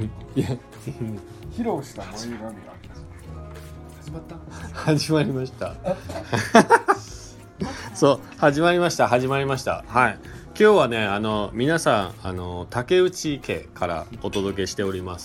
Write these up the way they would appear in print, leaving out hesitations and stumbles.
いや披露した萌え髪が始まりましたそう始まりましたはい。今日はね皆さん竹内家からお届けしております。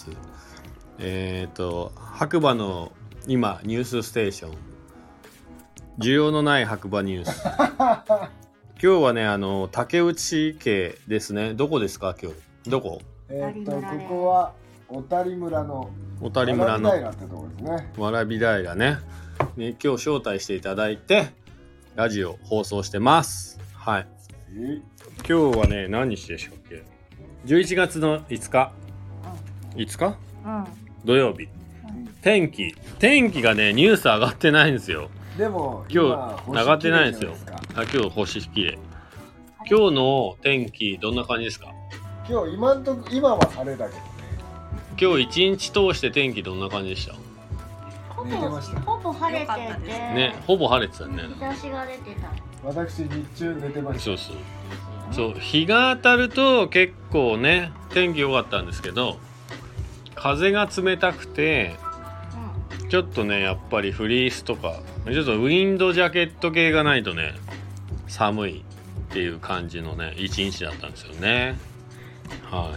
白馬の今ニュースステーション、需要のない白馬ニュース今日はね竹内家ですね。どこですか今日？どこ？ ここは小谷村の小谷村のわらび平ってとこですね。 わらび平ね。今日招待していただいてラジオ放送してます。はい。今日はね何日でしょうっけ？11月の5日。5日？土曜日。天気がねニュース上がってないんですよ。 でも今日上がってないんですよ。今日星綺麗。今日の天気どんな感じですか？ 今日今は晴れだけどね。 今日一日通して天気どんな感じでした？ 寝てました。 ほぼ晴れててね、ほぼ晴れてたね。 日差しが出てた。 私日中寝てました。 そう日が当たると結構ね天気良かったんですけど、風が冷たくてちょっとねやっぱりフリースとかちょっとウィンドジャケット系がないとね寒いっていう感じのね一日だったんですよね。はい。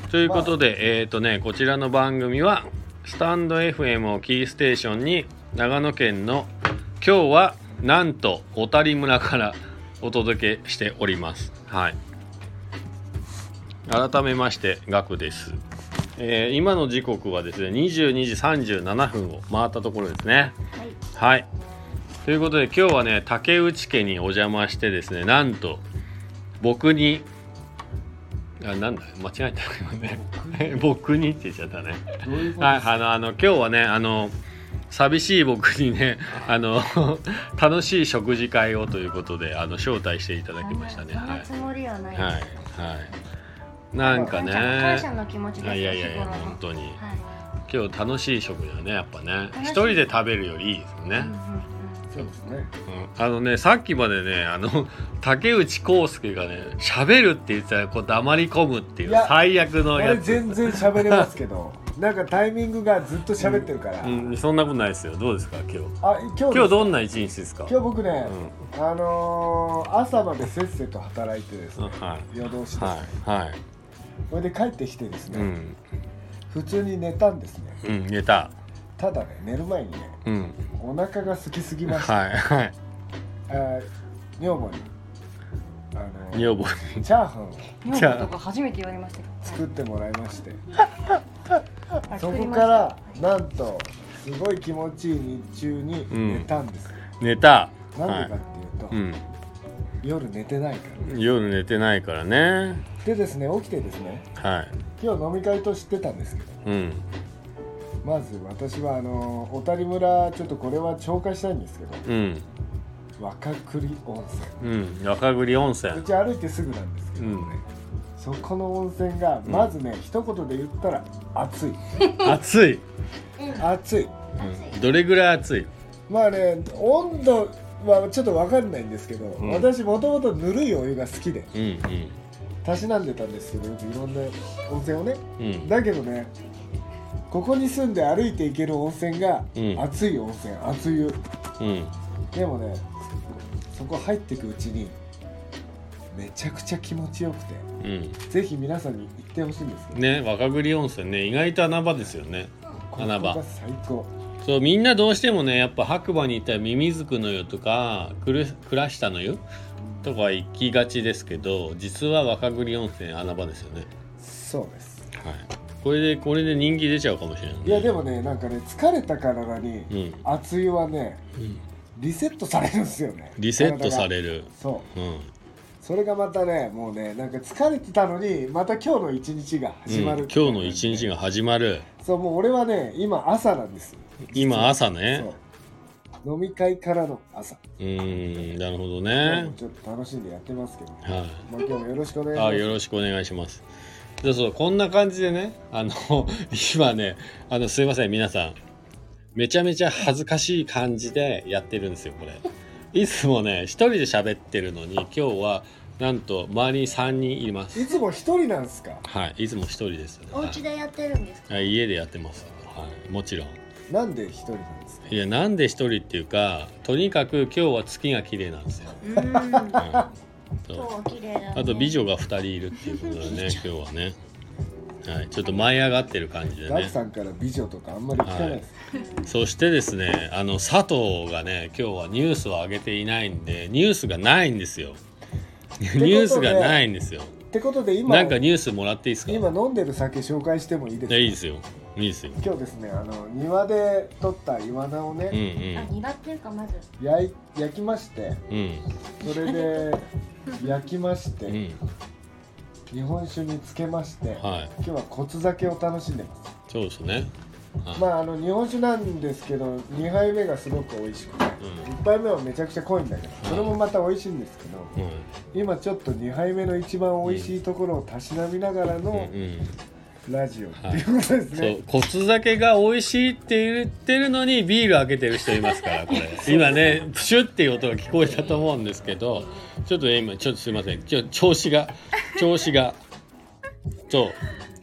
ということで、こちらの番組はスタンド FM をキーステーションに長野県の今日はなんと小谷村からお届けしております。はい。改めましてガクです。今の時刻はですね22時37分を回ったところですね。はい。ということで今日はね竹内家にお邪魔してですね、なんと僕になんだ間違えたよね僕にって言っちゃったね。はい、今日はね寂しい僕にね楽しい食事会をということで招待していただきましたね。 そんなつもりはないです。 はいはい。なんかね感謝の気持ちですよ。 いや本当に、 はい、 今日楽しい食事だねやっぱね。一人で食べるよりいいですよね。 そうですね。 さっきまでね竹内康介がね喋るって言ってたらこう黙り込むっていう最悪のやつ。 俺全然喋れますけどなんかタイミングがずっと喋ってるから、 そんなことないですよ。どうですか今日？今日どんな一日ですか？ 今日僕ね、朝までせっせと働いてですね、夜通しですね。はい。それで帰ってきてですね、普通に寝たんですね。 寝た。 ただね寝る前にね、お腹が空きすぎました。女房にチャーハンを女房とか初めて言われましたけど作ってもらいましてそこからなんとすごい気持ちいい日中に寝たんです。 寝た。 なんでかっていうと、夜寝てないから。 夜寝てないからね。 でですね起きてですね、今日飲み会と知ってたんですけど、まず私は小谷村ちょっとこれは紹介したいんですけど、若栗温泉。 若栗温泉。 うち歩いてすぐなんですけどね、そこの温泉がまずね、一言で言ったら熱い。 熱い。 熱い。 どれぐらい熱い？ まあね温度はちょっと分かんないんですけど、私もともとぬるいお湯が好きで、たしなんでたんですけど、よくいろんな温泉をね、だけどねここに住んで歩いて行ける温泉が熱い温泉、熱湯、でもねそこ入っていくうちにめちゃくちゃ気持ちよくて、ぜひ皆さんに行ってほしいんですけどね。若栗温泉ね意外と穴場ですよね。穴場。 ここが最高。 そうみんなどうしてもねやっぱ白馬に行ったらミミズクの湯とか倉下の湯とか行きがちですけど、実は若栗温泉穴場ですよね。 そうです。 はい。これで人気出ちゃうかもしれない、ね。 いやでもねなんかね疲れた体に熱湯はね、リセットされるんですよね。 リセットされる。 そう。それがまたねもうねなんか疲れてたのにまた今日の一日が始まる、 今日の一日が始まる。 そうもう俺はね今朝なんです。 今朝ね。 飲み会からの朝。 なるほどね。 ちょっと楽しんでやってますけど、 はい。 まあ今日もよろしくお願いします。 よろしくお願いします。そうこんな感じでね今ねすいません皆さんめちゃめちゃ恥ずかしい感じでやってるんですよこれ。いつもね一人で喋ってるのに今日はなんと周りに3人います。 いつも一人なんですか？ はい、いつも一人です、ね。 お家でやってるんですか？ はい、家でやってます。はい、もちろん。 なんで一人なんですか？ いや、なんで一人っていうか、とにかく今日は月が綺麗なんですよ。 今日はは綺麗だね。 あと美女が2人いるっていうことでね、今日はね。はい、ちょっと舞い上がってる感じでね。 ガクさんから美女とかあんまり聞かないです。 そしてですね、佐藤がね、今日はニュースを上げていないんで、ニュースがないんですよ。ニュースがないんですよ。 ってことで今なんかニュースもらっていいですか？ 今飲んでる酒紹介してもいいですか？ いいですよ。いいですよ。 今日ですね、庭で取ったイワナをね、 庭っていうかまず焼きまして、それで焼きまして、日本酒につけまして、今日は骨酒を楽しんでます。 そうですね。 まあ日本酒なんですけど2杯目がすごく美味しくて、1杯目はめちゃくちゃ濃いんだけど、それもまた美味しいんですけど、今ちょっと2杯目の一番美味しいところをたしなみながらのラジオっていうことですね。 そう、骨酒が美味しいって言ってるのにビール開けてる人いますからこれ今ねプシュっていう音が聞こえたと思うんですけど、ちょっと今ちょっとすいません、調子がそう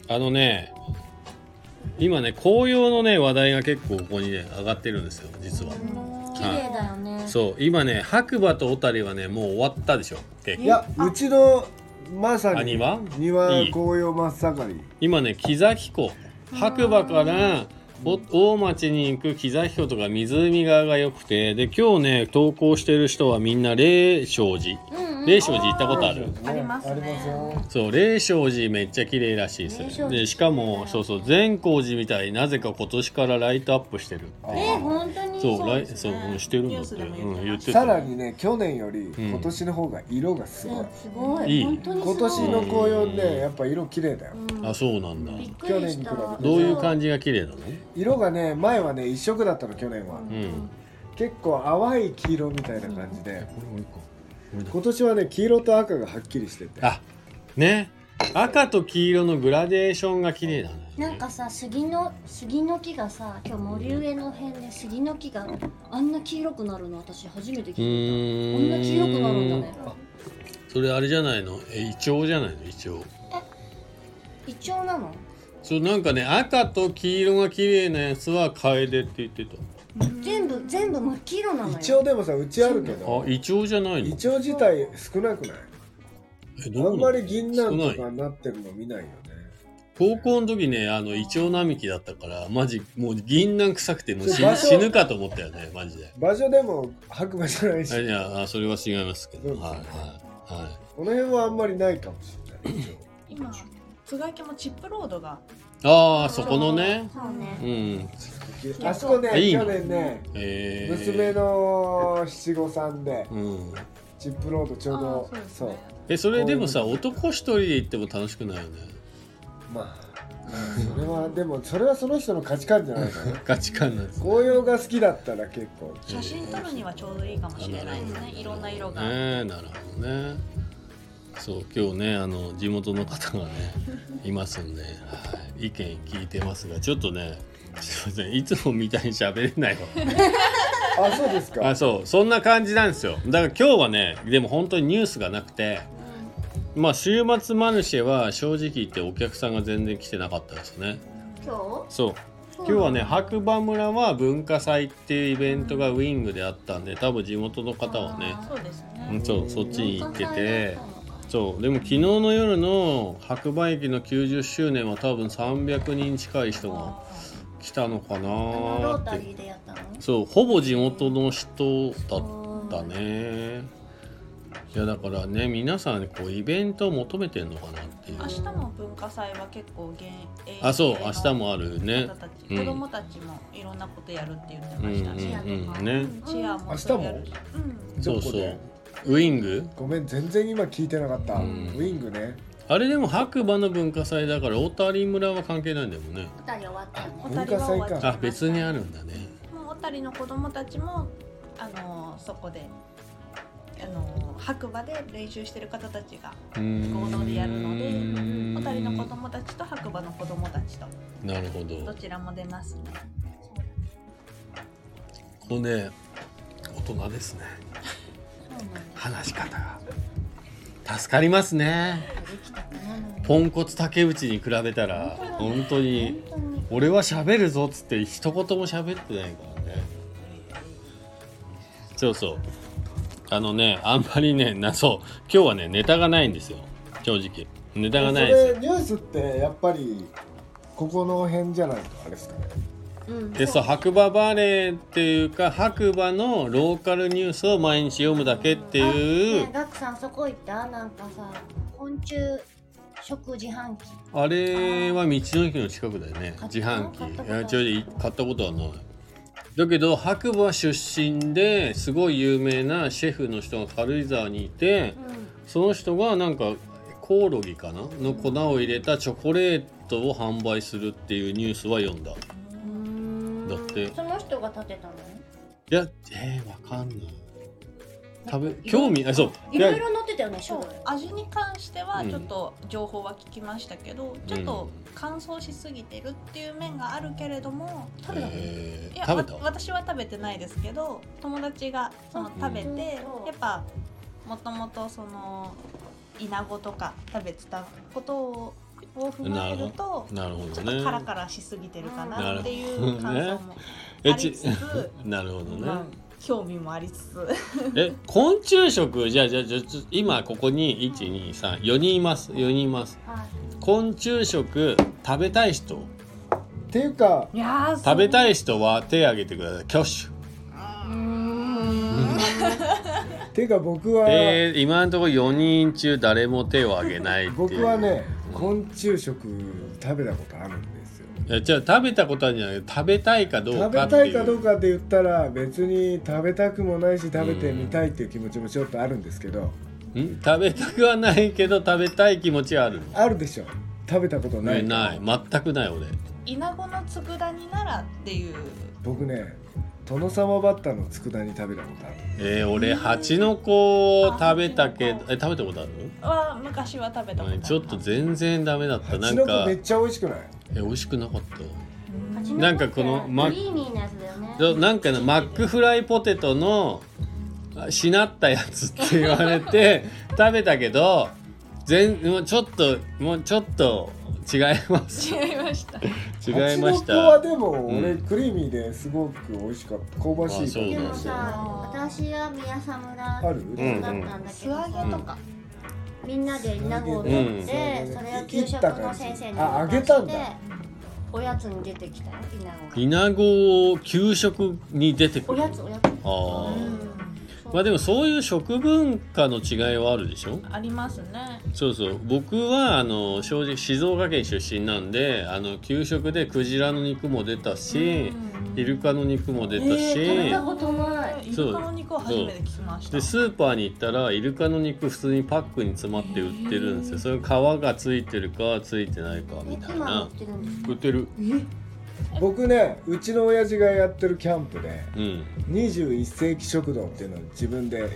今ね紅葉のね話題が結構ここにね上がってるんですよ実は。 綺麗だよね。 そう今ね白馬と小谷はねもう終わったでしょ結構。 いやうちのまさに庭紅葉真っ盛り。 今ね木崎湖白馬から大町に行く木崎湖とか湖側が良くて、で今日ね投稿してる人はみんな霊障寺行ったことある？ ありますね。 そう霊障寺めっちゃ綺麗らしいですよ。でしかもそう善光寺みたいになぜか今年からライトアップしてる。 本当にそうしてるんだって。言ってた。 さらにね去年より今年の方が色がすごい。 すごい。本当に今年の紅葉ねやっぱ色綺麗だよ。 あ、そうなんだ。 去年に比べてどういう感じが綺麗なの？ 色がね前はね一色だったの去年は。結構淡い黄色みたいな感じで。今年はね黄色と赤がはっきりしてて、 ね赤と黄色のグラデーションが綺麗だね。 なんかさ杉の木がさ今日森上の辺で杉の木があんな黄色くなるの私初めて聞いた。こんな黄色くなるんだね。 それあれじゃないの？イチョウじゃないの？イチョウ。 イチョウなの？ そうなんかね赤と黄色が綺麗なやつはカエデって言ってた。 全部真っ黄色なのよ。 イチョウでもさうちあるけど、 イチョウじゃないの？ イチョウ自体少なくない？あんまり銀杏とかなってるの見ないよね。 高校の時ねイチョウ並木だったからマジもう銀杏臭くてもう死ぬかと思ったよねマジで。 場所でも白馬じゃないし。 いやそれは違いますけど。 この辺はあんまりないかもしれない。 今津垣もチップロードがそこのね。 あそこね去年ね娘の七五三でチップロードちょうどそうそれでもさ男一人で行っても楽しくないよね。 まあそれはでもそれはその人の価値観じゃないかな。 価値観なんです。 紅葉が好きだったら結構写真撮るにはちょうどいいかもしれないですね。いろんな色が。 なるほどね。そう今日ね地元の方がねいますんで、意見聞いてますがちょっとねすいませんいつもみたいに喋れないわ。 あそうですか。 そんな感じなんですよ。だから今日はねでも本当にニュースがなくて、週末マルシェは正直言ってお客さんが全然来てなかったですね。今日はね白馬村は文化祭っていうイベントがウィングであったんで多分地元の方はねそっちに行ってて。でも昨日の夜の白馬駅の90周年は多分300人近い人が来たのかなって。ほぼ地元の人だったね。いやだからね皆さんこうイベントを求めてるのかなっていう。 明日も文化祭は結構そう明日もあるね。 子供たちもいろんなことやるって言ってましたね。チアも明日もそうウィング？ ごめん全然今聞いてなかった。ウィングね。 あれでも白馬の文化祭だから小谷村は関係ないんだよね。 小谷終わったよね。 文化祭か。 別にあるんだね。 もう小谷の子供たちもそこで白馬で練習してる方たちが合同でやるので小谷の子供たちと白馬の子供たちとなるほどどちらも出ますね。 これね大人ですね。話し方が助かりますね。 できたかな。 ポンコツ竹内に比べたら本当に俺は喋るぞっつって一言も喋ってないからね。そうそう、あんまりねそう今日はねネタがないんですよ、正直ネタがないですよ。 それニュースってやっぱりここの辺じゃないとあれですかね。 でそう白馬バレーっていうか白馬のローカルニュースを毎日読むだけっていう。 ガクさんそこ行った？なんかさ、昆虫食自販機。 あれは道の駅の近くだよね、自販機。買ったことはない。だけど白馬出身ですごい有名なシェフの人が軽井沢にいて、その人がなんかコオロギかなの粉を入れたチョコレートを販売するっていうニュースは読んだ。だってその人が建てたの？ いやわかんない。興味そういろいろ載ってたよね。 そう味に関してはちょっと情報は聞きましたけど、ちょっと乾燥しすぎてるっていう面があるけれども、 食べたの？ いや私は食べてないですけど、友達がその食べて、やっぱもともとそのイナゴとか食べてたことを踏まえると、 なるほどね、 ちょっとカラカラしすぎてるかなっていう感想もありつつ、 なるほどね、 興味もありつつ昆虫食じゃあ今ここに123 4人います、昆虫食食べたい人っていうか、 食べたい人は手挙げてください。挙手。 っていうか僕は、 今のところ4人中誰も手を挙げないっていう。 僕はね、昆虫食食べたことあるんですよ。 いやじゃあ食べたことあるんじゃない、食べたいかどうかっていう。 食べたいかどうかって言ったら別に食べたくもないし食べてみたいっていう気持ちもちょっとあるんですけど、 食べたくはないけど食べたい気持ちはある。 あるでしょ。食べたことない。 ない全くない俺。 イナゴの佃煮ならっていう。 僕ね、殿様バッタの佃煮食べたことある。 俺蜂の子食べたけど、食べたことある？ 昔は食べたことある。 ちょっと全然ダメだった。 蜂の子めっちゃ美味しくない？ 美味しくなかった。 なんかこのクリーミーなやつだよね。 なんかマックフライポテトのしなったやつって言われて食べたけど、もうちょっと違いました。 違いました。 違いました。 蜂の子はでも俺クリーミーですごく美味しかった。香ばしい感じでもがして。 さ、私は宮佐村だったんだけ素ど、 揚げとかみんなでイナゴを取って、それを給食の先生にあげたんだ。 おやつに出てきたよ、 イナゴを給食に出てくる。 おやつ。 まあでもそういう食文化の違いはあるでしょ。 ありますね。 そう僕は正直静岡県出身なんで、給食でクジラの肉も出たし、イルカの肉も出たし、 食べたことない。 イルカの肉は初めて聞きました。 でスーパーに行ったらイルカの肉普通にパックに詰まって売ってるんですよ。それ皮がついてるかついてないかみたいな。売ってる。 僕ね、うちの親父がやってるキャンプで、21世紀食堂っていうのを自分でやって、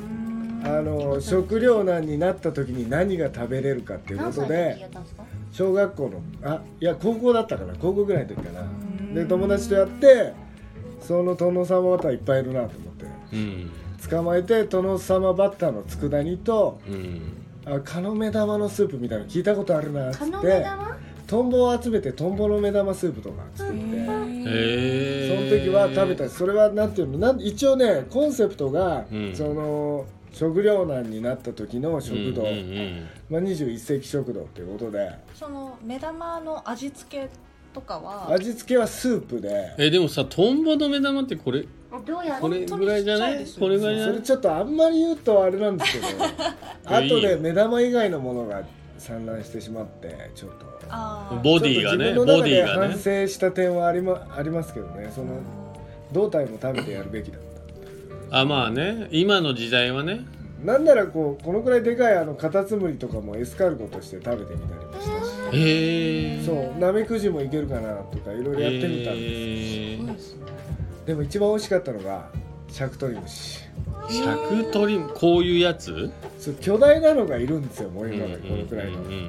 食糧難になった時に何が食べれるかっていうことで、小学校の高校だったかな、高校ぐらいの時かな。で友達とやって、その殿様バッタいっぱいいるなと思って、捕まえて殿様バッタの佃煮と、カノ目玉のスープみたいなの聞いたことあるなっつって、トンボを集めてトンボの目玉スープとか作って、その時は食べたし、それはなんていうの、一応ねコンセプトが、その食糧難になった時の食堂、21世紀食堂っていうことで、 その目玉の味付けとかは、 味付けはスープで、 でもさ、トンボの目玉ってこれぐらいじゃない？これぐらいじゃない？ それちょっとあんまり言うとあれなんですけど後で目玉以外のものが散乱してしまってちょっとボディがね、 自分の中で反省した点はありますけどね。その胴体も食べてやるべきだった。 まあね、今の時代はね。 なんならこのくらいでかいカタツムリとかもエスカルゴとして食べてみたりもしたし、そうナメクジもいけるかなとかいろいろやってみたんです。でも一番美味しかったのがシャクトリムシ。 シャクトリム、こういうやつ？ そう巨大なのがいるんですよ、森の中にこのくらいの。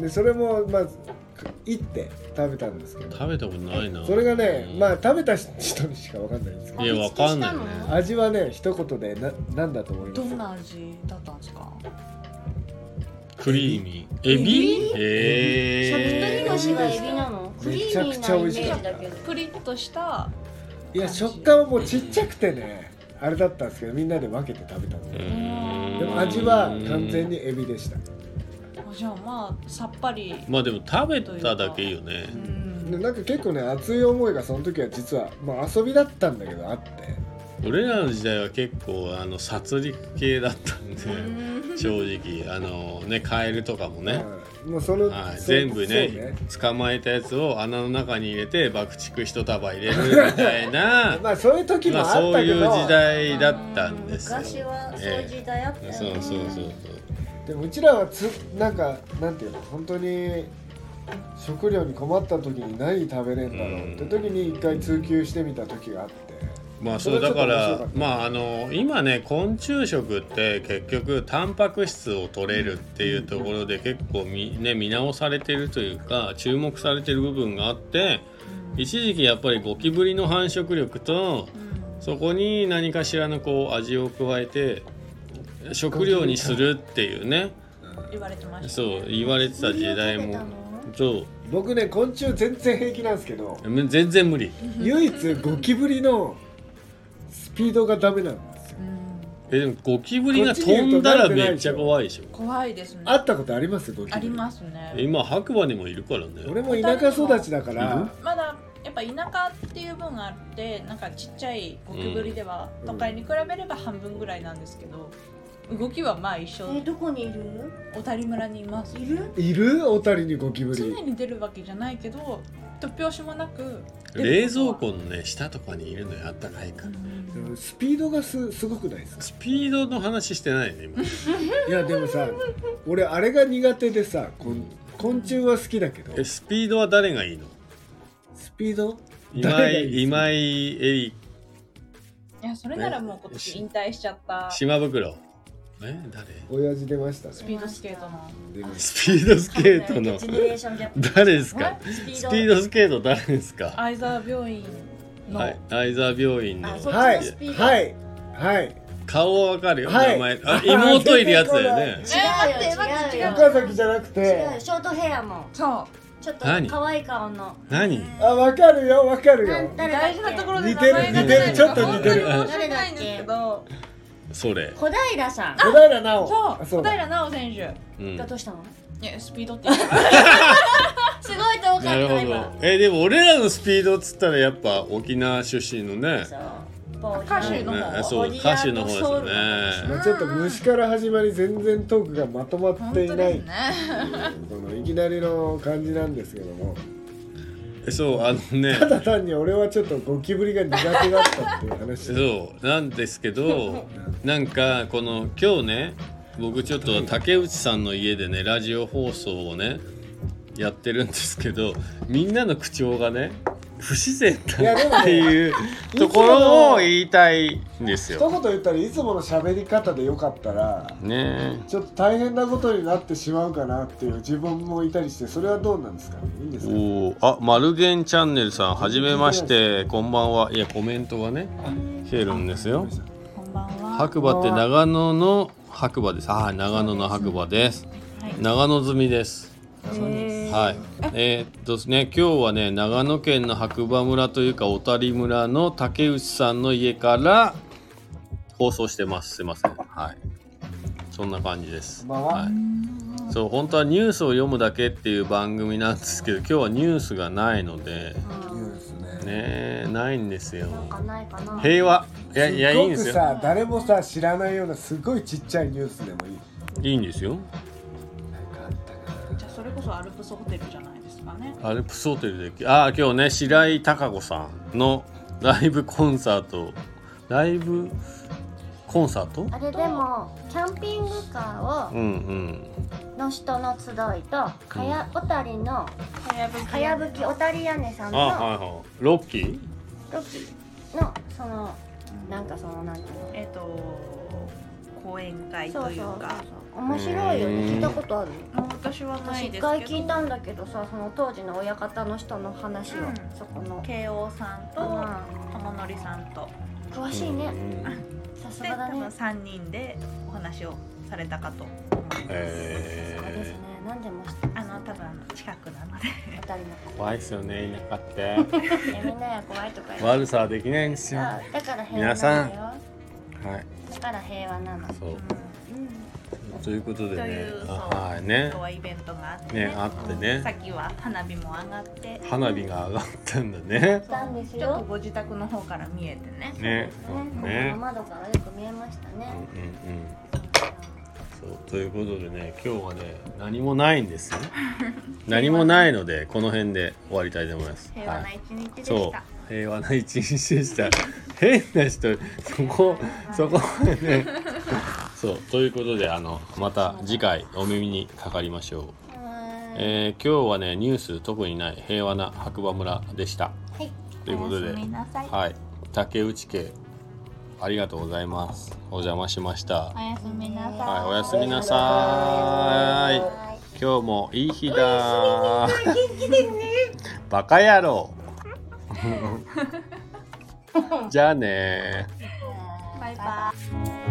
でそれもまず行って食べたんですけど、 食べたことないな。 それがね、まあ食べた人にしか分かんないんですけど、 いやわかんないね。 味はね一言でなんだと思います？ どんな味だったんですか？ クリーミー。エビ？ シャキトリ虫がエビなの？クリーミーなイメージだけど。 プリッとしたいや食感はもうちっちゃくてねあれだったんですけど、みんなで分けて食べたんで、でも味は完全にエビでした。 じゃあまあさっぱり。 まあでも食べただけいいよね。 でなんか結構ね熱い思いがその時は実は、まあ、遊びだったんだけどあって、 俺らの時代は結構殺戮系だったんで、正直ねカエルとかもね、 もうその、 全部ね捕まえたやつを穴の中に入れて爆竹一束入れるみたいなまあそういう時もあったけど、 そういう時代だったんですよ。 昔はそういう時代あったよね。 そう。 でもうちらはなんかなんていうの、本当に食料に困った時に何食べれんだろうって時に一回追求してみた時があって、 まあそうだからまあ今ね昆虫食って結局タンパク質を取れるっていうところで結構見直されてるというか注目されてる部分があって、一時期やっぱりゴキブリの繁殖力とそこに何かしらのこう味を加えて食料にするっていうね、 言われてました。 そう言われてた時代も。そう僕ね昆虫全然平気なんですけど、 全然無理。 唯一ゴキブリのスピードがダメなんですよ。 でもゴキブリが飛んだらめっちゃ怖いでしょ。 怖いですね。 会ったことありますゴキブリ？ ありますね。 今白馬にもいるからね。 俺も田舎育ちだからまだやっぱ田舎っていう分があって、なんかちっちゃいゴキブリでは都会に比べれば半分ぐらいなんですけど、動きはまあ一緒。 どこにいる？ 小谷村にいます。 いる小谷にゴキブリ。 常に出るわけじゃないけど突拍子もなく冷蔵庫のね下とかにいるのよ、あったかいから。 でもスピードがすごくないですか？ スピードの話してないね今。 いやでもさ、俺あれが苦手でさ、昆虫は好きだけど。 スピードは誰がいいの？ スピード？ 今井絵里。 いやそれならもう今年引退しちゃった島袋。誰？ 親父出ましたね。 スピードスケートの。 スピードスケートの誰ですか？スピードスケート誰ですか？ 相沢病院の。 はい、相沢病院の。 はい顔はわかるよ、名前。妹いるやつだよね。 違うよ。 岡崎じゃなくて違うよ、ショートヘアも。 そう。 ちょっと可愛い顔の。 何？ わかるよ。 大事なところで似てるちょっと似てる。 誰だっけ？ それ。 小平さん。 小平奈緒。 そう。小平奈緒選手。 がどうしたの？ いやスピードって言った。 すごい遠かった。 なるほど。でも俺らのスピードっつったらやっぱ沖縄出身のね。 歌手の方。 そう、歌手の方ですよね。 ちょっと虫から始まり全然トークがまとまっていない。このいきなりの感じなんですけども。 そうね。 ただ単に俺はちょっとゴキブリが苦手だったっていう話。 そうなんですけど、なんかこの今日ね、僕ちょっと竹内さんの家でねラジオ放送をねやってるんですけど、みんなの口調がね不自然だっていうところを言いたいんですよ。 一言言ったらいつもの喋り方でよかったらね、ちょっと大変なことになってしまうかなっていう自分もいたりして、それはどうなんですかね？いいんですか？ マルゲンチャンネルさん、はじめまして、こんばんは。いやコメントがね来てるんですよ。 こんばんは。 白馬って長野の白馬です。長野の白馬です。長野済みです。はい。ね、今日はね長野県の白馬村というか小谷村の竹内さんの家から放送してます。すいません。はい。そんな感じです。はい。そう本当はニュースを読むだけっていう番組なんですけど、今日はニュースがないので、ないんですよ。平和。いやいいんですよ。 さ、誰もさ知らないようなすごいちっちゃいニュースでもいい。 いいんですよ。 それこそアルプスホテルじゃないですかね。 アルプスホテルで今日ね白井貴子さんのライブコンサート。あれでもキャンピングカーをの人の集いと小谷のかやぶき小谷屋根さんのロッキーのなんかなんていうの講演会というか。 面白いよね。聞いたことある？ 私はないですけど。 私一回聞いたんだけどさ、その当時の親方の人の話を、そこの慶応さんと友則さんと詳しいね。さすがだね。 多分3人でお話をされたかと思います。 そうですね。何でも多分近くなので。 怖いですよね、田舎って。 みんなや怖いとか。 悪さはできないんですよ。 だから平和なんだよ。 皆さん。はい。 だから平和なの。 そう。ということでね、 はいね。今日はイベントがあってね。 あってね。 さっきは花火も上がって。 花火が上がったんだね。 ちょっとご自宅の方から見えてね。 ね。窓からよく見えましたね。 そうということでね、今日はね何もないんですよ。何もないのでこの辺で終わりたいと思います。 平和な一日でした。 そう、平和な一日でした。変な人そこでね。そうということでまた次回お耳にかかりましょう。今日はねニュース特にない平和な白馬村でした。ということで、はい、竹内家ありがとうございます。お邪魔しました。 おやすみなさい。 はい、おやすみなさい。今日もいい日だ。バカ野郎。じゃあね。 バイバイ。